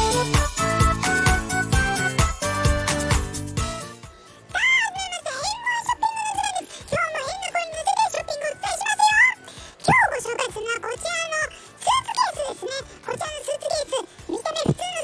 今日ご紹介するのはこちらのスーツケースですね。こちらのスーツケース、見た目普通の